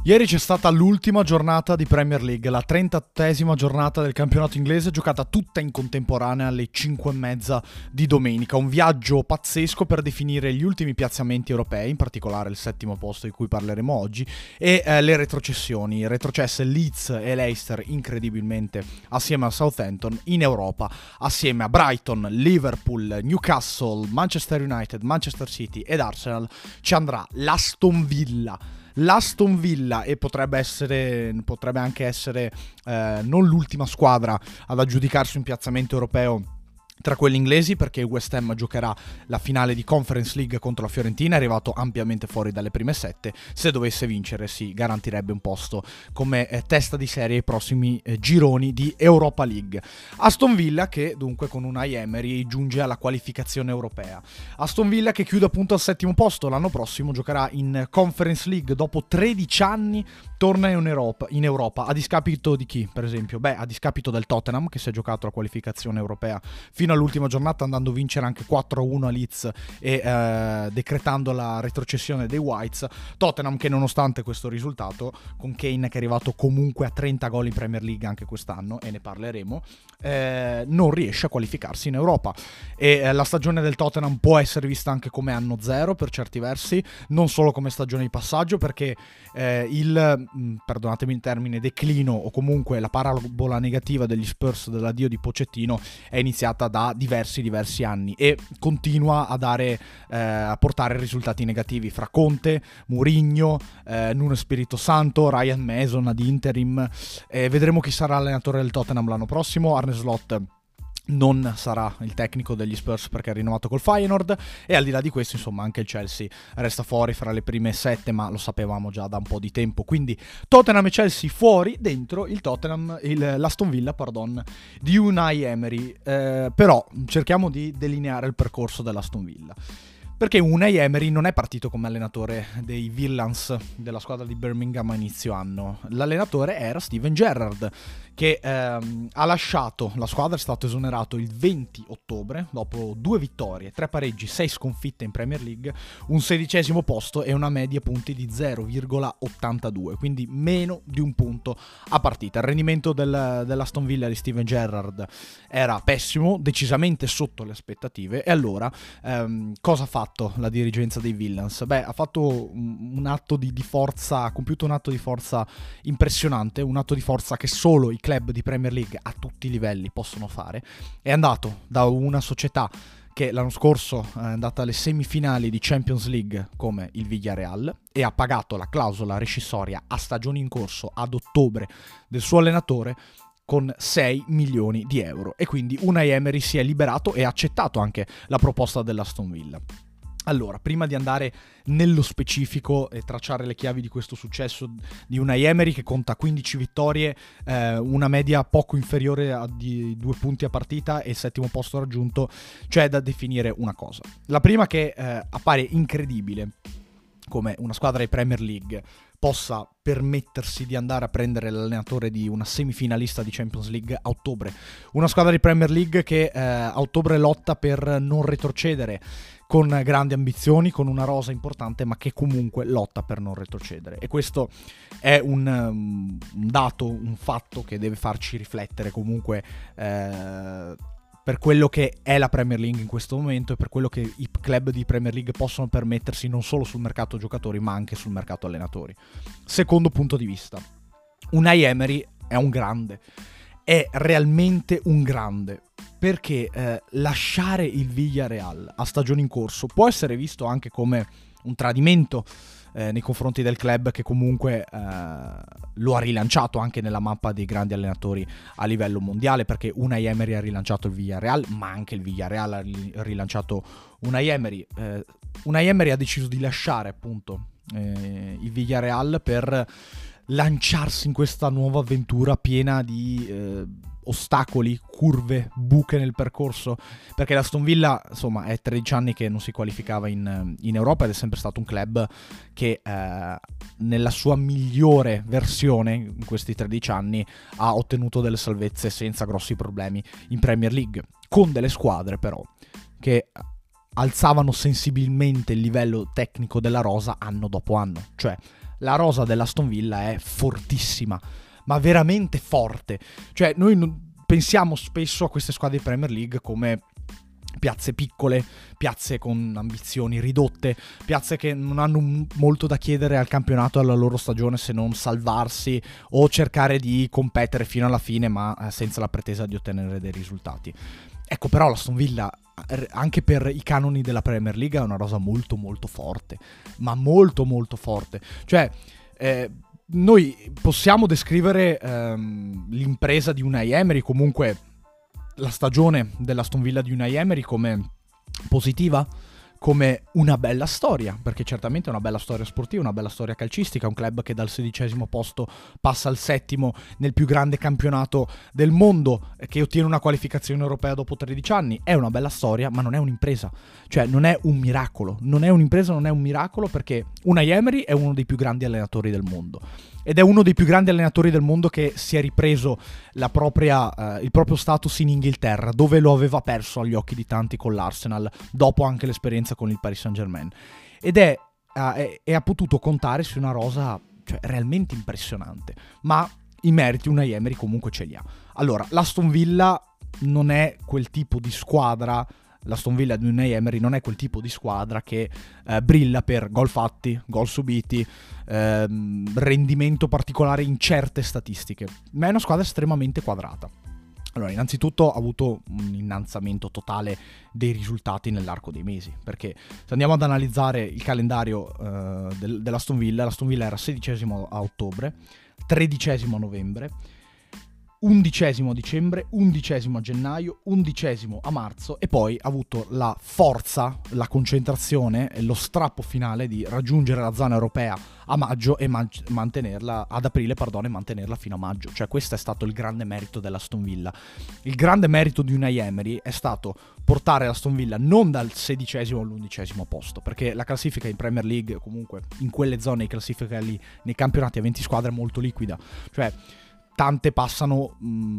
Ieri c'è stata l'ultima giornata di Premier League, la 38esima giornata del campionato inglese, giocata tutta in contemporanea alle 5:30 di domenica. Un viaggio pazzesco per definire gli ultimi piazzamenti europei, in particolare il settimo posto di cui parleremo oggi, e le retrocessioni. Retrocesse Leeds e Leicester incredibilmente assieme a Southampton in Europa, assieme a Brighton, Liverpool, Newcastle, Manchester United, Manchester City ed Arsenal ci andrà l'Aston Villa e potrebbe anche essere non l'ultima squadra ad aggiudicarsi un piazzamento europeo tra quelli inglesi, perché West Ham giocherà la finale di Conference League contro la Fiorentina, è arrivato ampiamente fuori dalle prime 7, se dovesse vincere si garantirebbe un posto come testa di serie ai prossimi gironi di Europa League. Aston Villa che dunque con Unai Emery giunge alla qualificazione europea. Aston Villa che chiude appunto al settimo posto, l'anno prossimo giocherà in Conference League, dopo 13 anni torna in Europa, a discapito di chi per esempio? A discapito del Tottenham che si è giocato la qualificazione europea fino all'ultima giornata, andando a vincere anche 4-1 a Leeds e decretando la retrocessione dei Whites. Tottenham che nonostante questo risultato, con Kane che è arrivato comunque a 30 gol in Premier League anche quest'anno, e ne parleremo, non riesce a qualificarsi in Europa, e la stagione del Tottenham può essere vista anche come anno zero per certi versi, non solo come stagione di passaggio, perché perdonatemi il termine, declino o comunque la parabola negativa degli Spurs dell'addio di Pochettino è iniziata da diversi anni e continua a portare risultati negativi fra Conte, Mourinho, Nuno Espirito Santo, Ryan Mason ad interim. Vedremo chi sarà allenatore del Tottenham l'anno prossimo. Arne Slot non sarà il tecnico degli Spurs perché è rinnovato col Feyenoord, e al di là di questo insomma anche il Chelsea resta fuori fra le prime 7, ma lo sapevamo già da un po' di tempo, quindi Tottenham e Chelsea fuori, dentro l'Aston Villa di Unai Emery. Però cerchiamo di delineare il percorso dell'Aston Villa, perché Unai Emery non è partito come allenatore dei Villains della squadra di Birmingham a inizio anno. L'allenatore era Steven Gerrard, che ha lasciato la squadra, è stato esonerato il 20 ottobre, dopo 2 vittorie, 3 pareggi, 6 sconfitte in Premier League, un 16° posto e una media punti di 0,82, quindi meno di un punto a partita. Il rendimento dell'Aston Villa di Steven Gerrard era pessimo, decisamente sotto le aspettative, e allora cosa ha fatto la dirigenza dei Villains? Ha fatto un atto di forza, ha compiuto un atto di forza impressionante, un atto di forza che solo i club di Premier League a tutti i livelli possono fare. È andato da una società che l'anno scorso è andata alle semifinali di Champions League come il Villarreal e ha pagato la clausola rescissoria a stagione in corso ad ottobre del suo allenatore con 6 milioni di euro, e quindi Unai Emery si è liberato e ha accettato anche la proposta dell'Aston Villa. Allora, prima di andare nello specifico e tracciare le chiavi di questo successo di Unai Emery, che conta 15 vittorie, una media poco inferiore a di 2 punti a partita e il 7° posto raggiunto, c'è da definire una cosa. La prima, che appare incredibile come una squadra di Premier League possa permettersi di andare a prendere l'allenatore di una semifinalista di Champions League a ottobre. Una squadra di Premier League che a ottobre lotta per non retrocedere, con grandi ambizioni, con una rosa importante, ma che comunque lotta per non retrocedere. E questo è un dato, un fatto che deve farci riflettere comunque per quello che è la Premier League in questo momento e per quello che i club di Premier League possono permettersi non solo sul mercato giocatori ma anche sul mercato allenatori. Secondo punto di vista, Unai Emery è un grande, è realmente un grande, perché lasciare il Villarreal a stagione in corso può essere visto anche come un tradimento nei confronti del club che comunque lo ha rilanciato anche nella mappa dei grandi allenatori a livello mondiale, perché Unai Emery ha rilanciato il Villarreal, ma anche il Villarreal ha rilanciato Unai Emery. Unai Emery ha deciso di lasciare appunto il Villarreal per lanciarsi in questa nuova avventura piena di ostacoli, curve, buche nel percorso, perché l'Aston Villa insomma è 13 anni che non si qualificava in Europa ed è sempre stato un club che nella sua migliore versione in questi 13 anni ha ottenuto delle salvezze senza grossi problemi in Premier League, con delle squadre però che alzavano sensibilmente il livello tecnico della rosa anno dopo anno. Cioè la rosa dell'Aston Villa è fortissima, ma veramente forte. Cioè noi pensiamo spesso a queste squadre di Premier League come piazze piccole, piazze con ambizioni ridotte, piazze che non hanno molto da chiedere al campionato e alla loro stagione se non salvarsi o cercare di competere fino alla fine, ma senza la pretesa di ottenere dei risultati. Ecco, però l'Aston Villa, anche per i canoni della Premier League, è una rosa molto molto forte, ma molto molto forte. Cioè, noi possiamo descrivere l'impresa di Unai Emery, comunque la stagione dell'Aston Villa di Unai Emery, come positiva, come una bella storia, perché certamente è una bella storia sportiva, una bella storia calcistica, un club che dal 16° posto passa al 7° nel più grande campionato del mondo, che ottiene una qualificazione europea dopo 13 anni, è una bella storia, ma non è un'impresa, cioè non è un miracolo, non è un'impresa, non è un miracolo, perché Unai Emery è uno dei più grandi allenatori del mondo. Ed è uno dei più grandi allenatori del mondo che si è ripreso il proprio status in Inghilterra, dove lo aveva perso agli occhi di tanti con l'Arsenal, dopo anche l'esperienza con il Paris Saint-Germain. Ed ha potuto contare su una rosa, cioè, realmente impressionante. Ma i meriti Unai Emery comunque ce li ha. Allora, l'Aston Villa non è quel tipo di squadra... L'Aston Villa di Unai Emery non è quel tipo di squadra che brilla per gol fatti, gol subiti, rendimento particolare in certe statistiche, ma è una squadra estremamente quadrata. Allora, innanzitutto ha avuto un innalzamento totale dei risultati nell'arco dei mesi, perché se andiamo ad analizzare il calendario dell'Aston Villa, l'Aston Villa era 16° a ottobre, 13° a novembre, 11° a dicembre, 11° a gennaio, 11° a marzo, e poi ha avuto la forza, la concentrazione e lo strappo finale di raggiungere la zona europea a maggio e mantenerla ad aprile, e mantenerla fino a maggio. Cioè, questo è stato il grande merito dell'Aston Villa. Il grande merito di Unai Emery è stato portare l'Aston Villa non dal 16° all'11° posto, perché la classifica in Premier League, comunque in quelle zone di classifica lì, nei campionati a 20 squadre, è molto liquida. Cioè, tante passano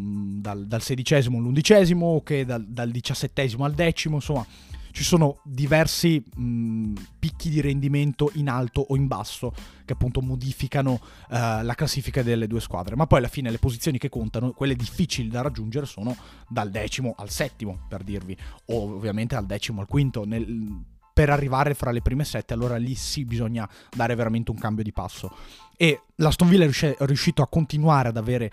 dal 16° all'11°, che dal 17° al 10°, insomma, ci sono diversi picchi di rendimento in alto o in basso che appunto modificano la classifica delle due squadre. Ma poi alla fine le posizioni che contano, quelle difficili da raggiungere, sono dal 10° al 7°, per dirvi, o ovviamente dal 10° al 5°. Per arrivare fra le prime 7, allora lì sì bisogna dare veramente un cambio di passo. E l'Aston Villa è riuscito a continuare ad avere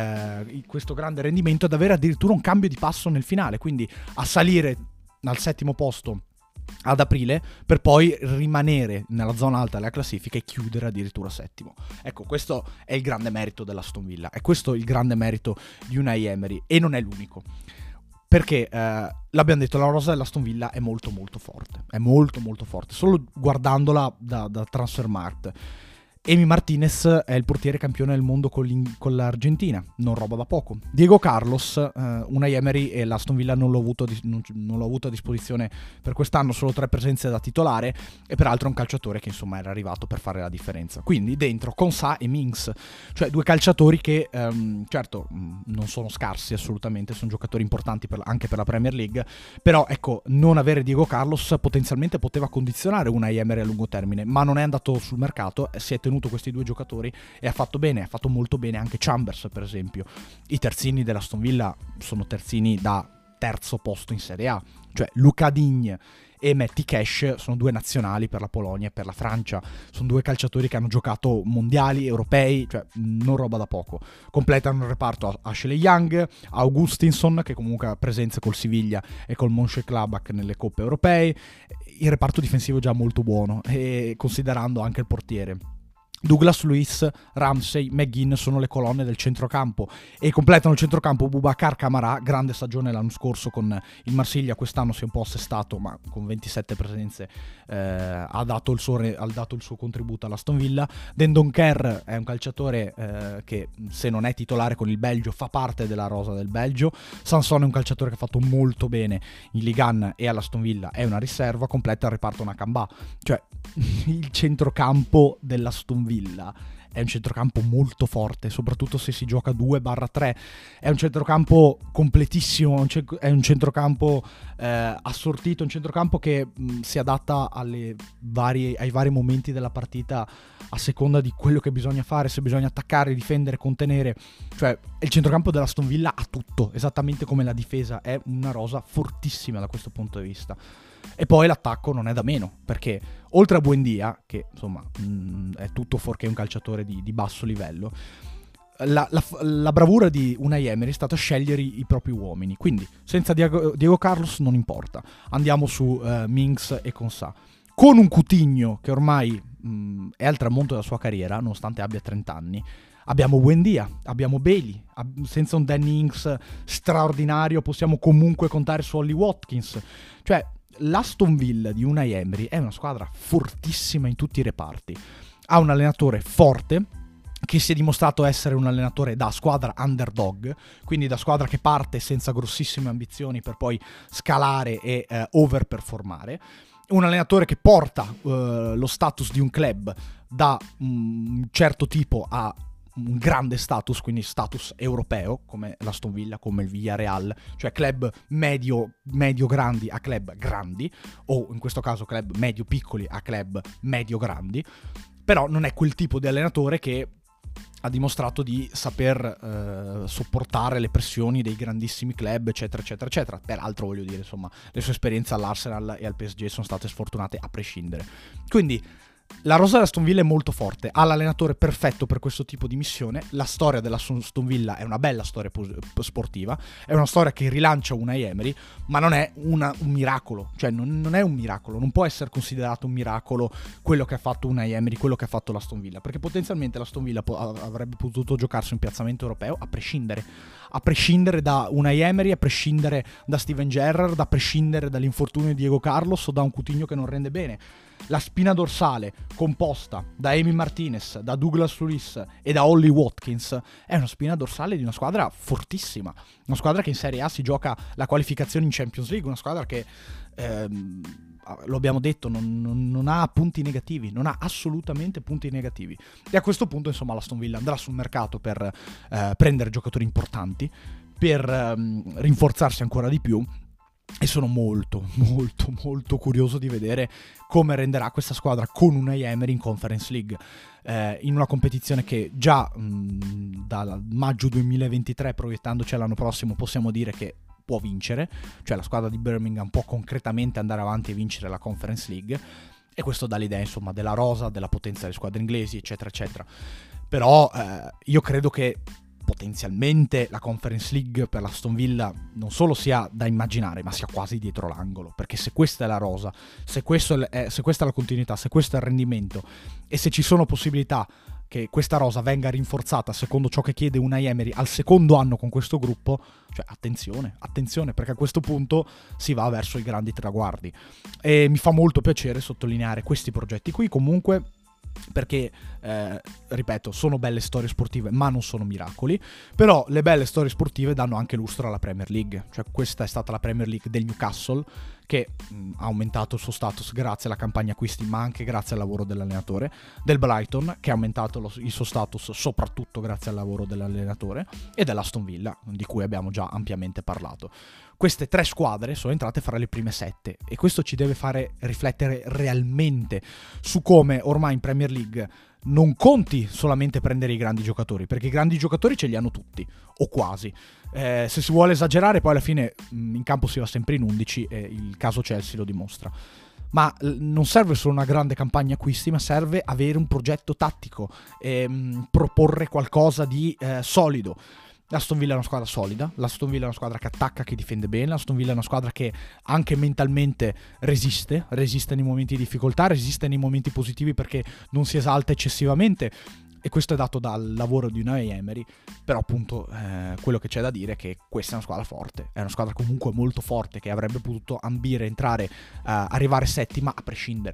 questo grande rendimento, ad avere addirittura un cambio di passo nel finale, quindi a salire al 7° posto ad aprile, per poi rimanere nella zona alta della classifica e chiudere addirittura 7°. Ecco, questo è il grande merito dell'Aston Villa, e questo è il grande merito di Unai Emery, e non è l'unico. Perché, l'abbiamo detto, la rosa dell'Aston Villa è molto molto forte. È molto molto forte. Solo guardandola da Transfermarkt. Emi Martinez è il portiere campione del mondo con l'Argentina, non roba da poco. Diego Carlos, Unai Emery e l'Aston Villa non l'ho avuto a disposizione per quest'anno, solo 3 presenze da titolare, e peraltro è un calciatore che insomma era arrivato per fare la differenza. Quindi dentro Konsa e Mings, cioè due calciatori che certo non sono scarsi assolutamente, sono giocatori importanti anche per la Premier League, però ecco, non avere Diego Carlos potenzialmente poteva condizionare Unai Emery a lungo termine, ma non è andato sul mercato, si è tenuto questi due giocatori e ha fatto bene, ha fatto molto bene anche Chambers, per esempio. I terzini dell'Aston Villa sono terzini da terzo posto in Serie A, cioè Luca Digne e Matty Cash sono due nazionali per la Polonia e per la Francia, sono due calciatori che hanno giocato mondiali, europei, cioè non roba da poco. Completano il reparto Ashley Young, Augustinson, che comunque ha presenza col Siviglia e col Mönchengladbach nelle coppe europee. Il reparto difensivo è già molto buono, e considerando anche il portiere. Douglas Luiz, Ramsey, McGinn sono le colonne del centrocampo, e completano il centrocampo Boubacar Kamara, grande stagione l'anno scorso con il Marsiglia, quest'anno si è un po' assestato, ma con 27 presenze ha dato il suo contributo all'Aston Villa. Dendon Kerr è un calciatore che, se non è titolare con il Belgio, fa parte della rosa del Belgio. Sanson è un calciatore che ha fatto molto bene in Ligue 1 e all'Aston Villa è una riserva, completa il reparto Nakamba. Cioè il centrocampo dell'Aston Villa è un centrocampo molto forte, soprattutto se si gioca 2/3. È un centrocampo completissimo, è un centrocampo assortito, un centrocampo che si adatta ai vari momenti della partita a seconda di quello che bisogna fare, se bisogna attaccare, difendere, contenere. Cioè il centrocampo dell'Aston Villa ha tutto, esattamente come la difesa, è una rosa fortissima da questo punto di vista. E poi l'attacco non è da meno, perché oltre a Buendia, che insomma è tutto fuorché un calciatore di basso livello, la bravura di Unai Emery è stata scegliere i propri uomini. Quindi senza Diego Carlos non importa, andiamo su Mings e Konsa, con un Coutinho che ormai è al tramonto della sua carriera, nonostante abbia 30 anni. Abbiamo Buendia, abbiamo Bailey, senza un Danny Ings straordinario possiamo comunque contare su Ollie Watkins. Cioè l'Aston Villa di Unai Emery è una squadra fortissima in tutti i reparti, ha un allenatore forte che si è dimostrato essere un allenatore da squadra underdog, quindi da squadra che parte senza grossissime ambizioni per poi scalare e overperformare, un allenatore che porta lo status di un club da un certo tipo a un grande status, quindi status europeo, come l'Aston Villa, come il Villarreal, cioè club medio grandi a club grandi, o in questo caso club medio piccoli a club medio grandi. Però non è quel tipo di allenatore che ha dimostrato di saper sopportare le pressioni dei grandissimi club, eccetera eccetera eccetera. Peraltro voglio dire, insomma, le sue esperienze all'Arsenal e al PSG sono state sfortunate a prescindere. Quindi la rosa dell'Aston Villa è molto forte, ha l'allenatore perfetto per questo tipo di missione. La storia dell'Aston Villa è una bella storia sportiva, è una storia che rilancia Unai Emery, ma non è un miracolo, cioè non è un miracolo, non può essere considerato un miracolo quello che ha fatto Unai Emery, quello che ha fatto l'Aston Villa, perché potenzialmente l'Aston Villa avrebbe potuto giocarsi un piazzamento europeo a prescindere da Unai Emery, a prescindere da Steven Gerrard, a prescindere dall'infortunio di Diego Carlos o da un Coutinho che non rende bene. La spina dorsale composta da Emi Martinez, da Douglas Luiz e da Ollie Watkins è una spina dorsale di una squadra fortissima, una squadra che in Serie A si gioca la qualificazione in Champions League, una squadra che lo abbiamo detto, non ha punti negativi, non ha assolutamente punti negativi. E a questo punto insomma l'Aston Villa andrà sul mercato per prendere giocatori importanti, per rinforzarsi ancora di più. E sono molto molto molto curioso di vedere come renderà questa squadra con Unai Emery in Conference League, in una competizione che già dal maggio 2023, proiettandoci all'anno prossimo, possiamo dire che può vincere. Cioè la squadra di Birmingham può concretamente andare avanti e vincere la Conference League, e questo dà l'idea insomma della rosa, della potenza delle squadre inglesi, eccetera eccetera. Però io credo che potenzialmente la Conference League per l'Aston Villa non solo sia da immaginare, ma sia quasi dietro l'angolo, perché se questa è la rosa, se questa è la continuità, se questo è il rendimento, e se ci sono possibilità che questa rosa venga rinforzata secondo ciò che chiede Unai Emery al secondo anno con questo gruppo, cioè attenzione, perché a questo punto si va verso i grandi traguardi. E mi fa molto piacere sottolineare questi progetti qui, comunque, perché ripeto, sono belle storie sportive ma non sono miracoli. Però le belle storie sportive danno anche lustro alla Premier League. Cioè questa è stata la Premier League del Newcastle, che ha aumentato il suo status grazie alla campagna acquisti, ma anche grazie al lavoro dell'allenatore, del Brighton, che ha aumentato il suo status soprattutto grazie al lavoro dell'allenatore, e dell'Aston Villa, di cui abbiamo già ampiamente parlato. Queste tre squadre sono entrate fra le prime 7, e questo ci deve fare riflettere realmente su come ormai in Premier League non conti solamente prendere i grandi giocatori, perché i grandi giocatori ce li hanno tutti, o quasi. Se si vuole esagerare, poi alla fine in campo si va sempre in 11, e il caso Chelsea lo dimostra. Ma non serve solo una grande campagna acquisti, ma serve avere un progetto tattico, proporre qualcosa di solido. L'Aston Villa è una squadra solida, l'Aston Villa è una squadra che attacca, che difende bene, l'Aston Villa è una squadra che anche mentalmente resiste nei momenti di difficoltà, resiste nei momenti positivi perché non si esalta eccessivamente, e questo è dato dal lavoro di Unai Emery. Però appunto quello che c'è da dire è che questa è una squadra forte, è una squadra comunque molto forte, che avrebbe potuto ambire, arrivare settima a prescindere.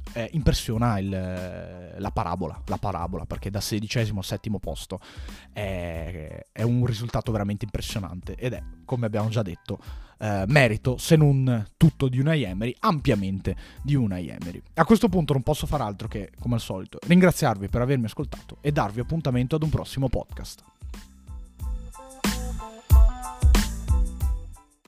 impressiona la parabola, perché da 16° al 7° posto è un risultato veramente impressionante, ed è, come abbiamo già detto, merito, se non tutto di Unai Emery, ampiamente di Unai Emery. A questo punto non posso far altro che, come al solito, ringraziarvi per avermi ascoltato e darvi appuntamento ad un prossimo podcast.